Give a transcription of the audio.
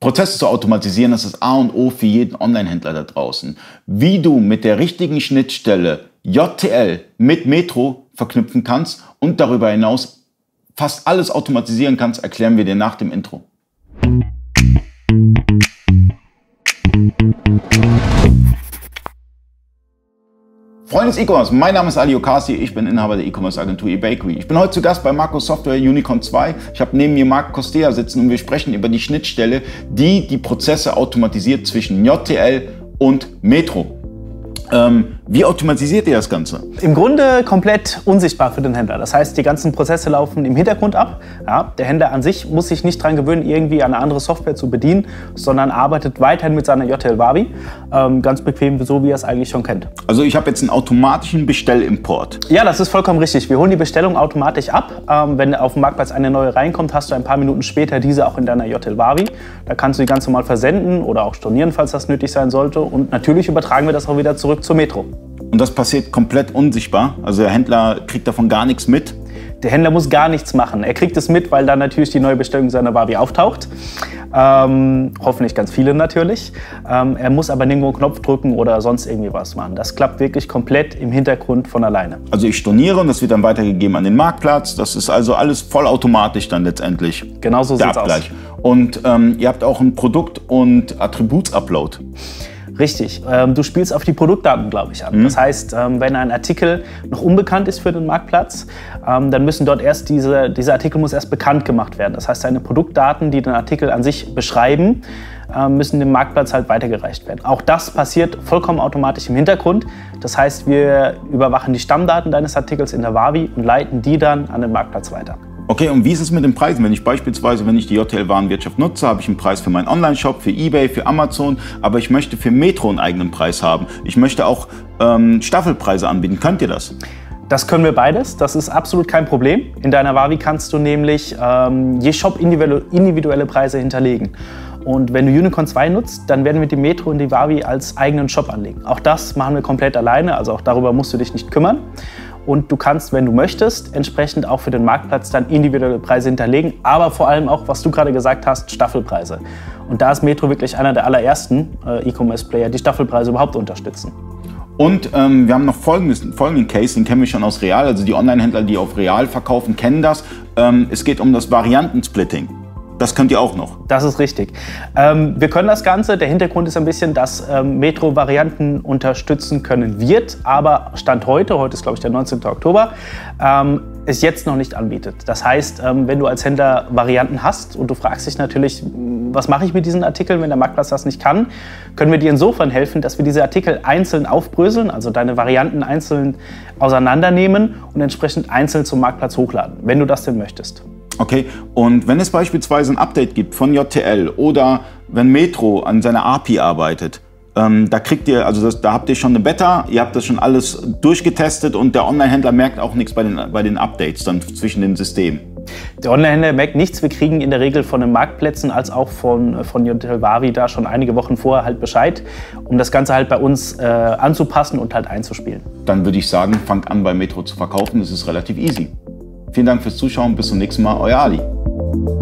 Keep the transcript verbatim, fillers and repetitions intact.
Prozesse zu automatisieren, das ist das A und O für jeden Online-Händler da draußen. Wie du mit der richtigen Schnittstelle J T L mit Metro verknüpfen kannst und darüber hinaus fast alles automatisieren kannst, erklären wir dir nach dem Intro. Freunde des E-Commerce, mein Name ist Ali Okasi, ich bin Inhaber der E-Commerce-Agentur eBakery. Ich bin heute zu Gast bei Marco Software Unicorn zwei. Ich habe neben mir Marc Costea sitzen und wir sprechen über die Schnittstelle, die die Prozesse automatisiert zwischen J T L und Metro. Ähm, wie automatisiert ihr das Ganze? Im Grunde komplett unsichtbar für den Händler. Das heißt, die ganzen Prozesse laufen im Hintergrund ab. Ja, der Händler an sich muss sich nicht daran gewöhnen, irgendwie eine andere Software zu bedienen, sondern arbeitet weiterhin mit seiner J T L Wavi. Ähm, ganz bequem, so wie er es eigentlich schon kennt. Also ich habe jetzt einen automatischen Bestellimport. Ja, das ist vollkommen richtig. Wir holen die Bestellung automatisch ab. Ähm, wenn auf dem Marktplatz eine neue reinkommt, hast du ein paar Minuten später diese auch in deiner J T L Wavi. Da kannst du die ganz normal versenden oder auch stornieren, falls das nötig sein sollte. Und natürlich übertragen wir das auch wieder zurück zur Metro. Und das passiert komplett unsichtbar? Also der Händler kriegt davon gar nichts mit? Der Händler muss gar nichts machen. Er kriegt es mit, weil dann natürlich die neue Bestellung seiner Wavi auftaucht. Ähm, hoffentlich ganz viele natürlich. Ähm, er muss aber nirgendwo einen Knopf drücken oder sonst irgendwie was machen. Das klappt wirklich komplett im Hintergrund von alleine. Also ich storniere und das wird dann weitergegeben an den Marktplatz. Das ist also alles vollautomatisch dann letztendlich. Genau so sieht's aus. Und ähm, ihr habt auch einen Produkt- und Attributsupload. Richtig. Ähm, du spielst auf die Produktdaten, glaube ich, an. Mhm. Das heißt, ähm, wenn ein Artikel noch unbekannt ist für den Marktplatz, ähm, dann müssen dort erst diese, dieser Artikel muss erst bekannt gemacht werden. Das heißt, deine Produktdaten, die den Artikel an sich beschreiben, äh, müssen dem Marktplatz halt weitergereicht werden. Auch das passiert vollkommen automatisch im Hintergrund. Das heißt, wir überwachen die Stammdaten deines Artikels in der Wavi und leiten die dann an den Marktplatz weiter. Okay, und wie ist es mit den Preisen? Wenn ich beispielsweise, wenn ich die J T L-Warenwirtschaft nutze, habe ich einen Preis für meinen Online-Shop, für eBay, für Amazon, aber ich möchte für Metro einen eigenen Preis haben. Ich möchte auch ähm, Staffelpreise anbieten. Könnt ihr das? Das können wir beides. Das ist absolut kein Problem. In deiner Wavi kannst du nämlich ähm, je Shop individuelle, individuelle Preise hinterlegen. Und wenn du Unicorn zwei nutzt, dann werden wir die Metro und die Wavi als eigenen Shop anlegen. Auch das machen wir komplett alleine, also auch darüber musst du dich nicht kümmern. Und du kannst, wenn du möchtest, entsprechend auch für den Marktplatz dann individuelle Preise hinterlegen, aber vor allem auch, was du gerade gesagt hast, Staffelpreise. Und da ist Metro wirklich einer der allerersten äh, E-Commerce-Player, die Staffelpreise überhaupt unterstützen. Und ähm, wir haben noch folgendes, folgenden Case, den kennen wir schon aus Real, also die Online-Händler, die auf Real verkaufen, kennen das. Ähm, es geht um das Variantensplitting. Das könnt ihr auch noch. Das ist richtig. Ähm, wir können das Ganze. Der Hintergrund ist ein bisschen, dass ähm, Metro Varianten unterstützen können wird, aber Stand heute, heute ist glaube ich der neunzehnte Oktober, ähm, es jetzt noch nicht anbietet. Das heißt, ähm, wenn du als Händler Varianten hast und du fragst dich natürlich, was mache ich mit diesen Artikeln, wenn der Marktplatz das nicht kann, können wir dir insofern helfen, dass wir diese Artikel einzeln aufbröseln, also deine Varianten einzeln auseinandernehmen und entsprechend einzeln zum Marktplatz hochladen, wenn du das denn möchtest. Okay, und wenn es beispielsweise ein Update gibt von J T L oder wenn Metro an seiner A P I arbeitet, ähm, da kriegt ihr, also das, da habt ihr schon eine Beta, ihr habt das schon alles durchgetestet und der Online-Händler merkt auch nichts bei den, bei den Updates dann zwischen den Systemen. Der Online-Händler merkt nichts. Wir kriegen in der Regel von den Marktplätzen als auch von, von J T L Wavi da schon einige Wochen vorher halt Bescheid, um das Ganze halt bei uns äh, anzupassen und halt einzuspielen. Dann würde ich sagen, fangt an bei Metro zu verkaufen, das ist relativ easy. Vielen Dank fürs Zuschauen, bis zum nächsten Mal, euer Ali.